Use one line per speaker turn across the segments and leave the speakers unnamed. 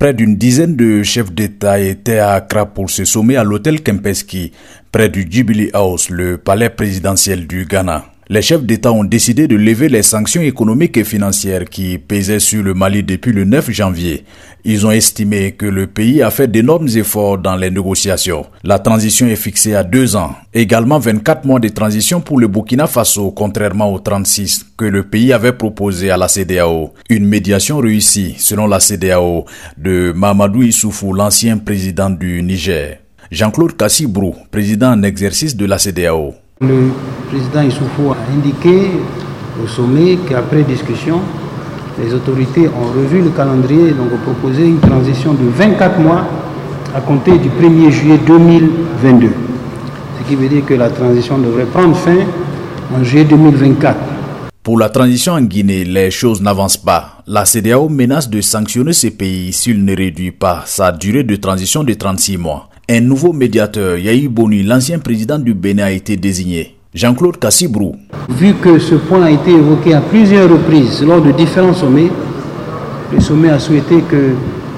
Près d'une dizaine de chefs d'État étaient à Accra pour se sommer à l'hôtel Kempinski, près du Jubilee House, le palais présidentiel du Ghana. Les chefs d'État ont décidé de lever les sanctions économiques et financières qui pesaient sur le Mali depuis le 9 janvier. Ils ont estimé que le pays a fait d'énormes efforts dans les négociations. La transition est fixée à 2 ans. Également 24 mois de transition pour le Burkina Faso, contrairement aux 36 que le pays avait proposé à la CEDEAO. Une médiation réussie, selon la CEDEAO, de Mahamadou Issoufou, l'ancien président du Niger. Jean-Claude Kassibrou, président en exercice de la CEDEAO.
Le président Issoufou a indiqué au sommet qu'après discussion, les autorités ont revu le calendrier et donc ont proposé une transition de 24 mois à compter du 1er juillet 2022. Ce qui veut dire que la transition devrait prendre fin en juillet 2024.
Pour la transition en Guinée, les choses n'avancent pas. La CEDEAO menace de sanctionner ces pays s'il ne réduit pas sa durée de transition de 36 mois. Un nouveau médiateur, Yahi Boni, l'ancien président du Bénin, a été désigné. Jean-Claude Kassibrou.
Vu que ce point a été évoqué à plusieurs reprises lors de différents sommets, le sommet a souhaité que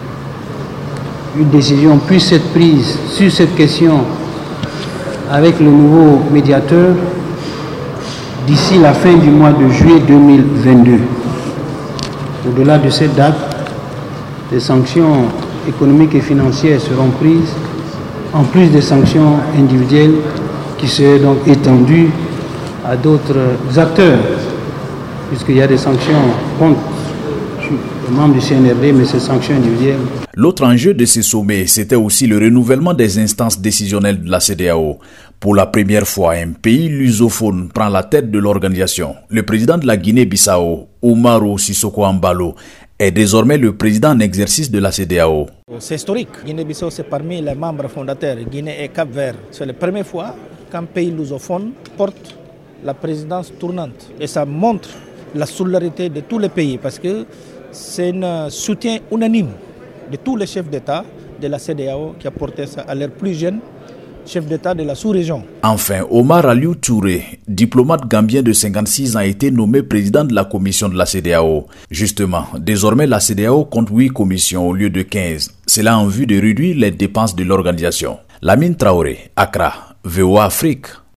une décision puisse être prise sur cette question avec le nouveau médiateur d'ici la fin du mois de juillet 2022. Au-delà de cette date, des sanctions économiques et financières seront prises, en plus des sanctions individuelles qui seraient donc étendues à d'autres acteurs, puisqu'il y a des sanctions contre les membres du CNRD, mais ces sanctions individuelles.
L'autre enjeu de ce sommet, c'était aussi le renouvellement des instances décisionnelles de la CEDEAO. Pour la première fois, un pays lusophone prend la tête de l'organisation. Le président de la Guinée-Bissau, Umaru Sissoko Embalo, est désormais le président en exercice de la CEDEAO.
C'est historique. Guinée-Bissau, c'est parmi les membres fondateurs. Guinée et Cap-Vert. C'est la première fois qu'un pays lusophone porte la présidence tournante. Et ça montre la solidarité de tous les pays parce que c'est un soutien unanime de tous les chefs d'État de la CEDEAO qui a porté ça à leurs plus jeunes chef d'État de la sous-région.
Enfin, Omar Aliou Touré, diplomate gambien de 56 ans, a été nommé président de la commission de la CEDEAO. Justement, désormais la CEDEAO compte 8 commissions au lieu de 15. Cela en vue de réduire les dépenses de l'organisation. Lamine Traoré, Accra, VOA Afrique.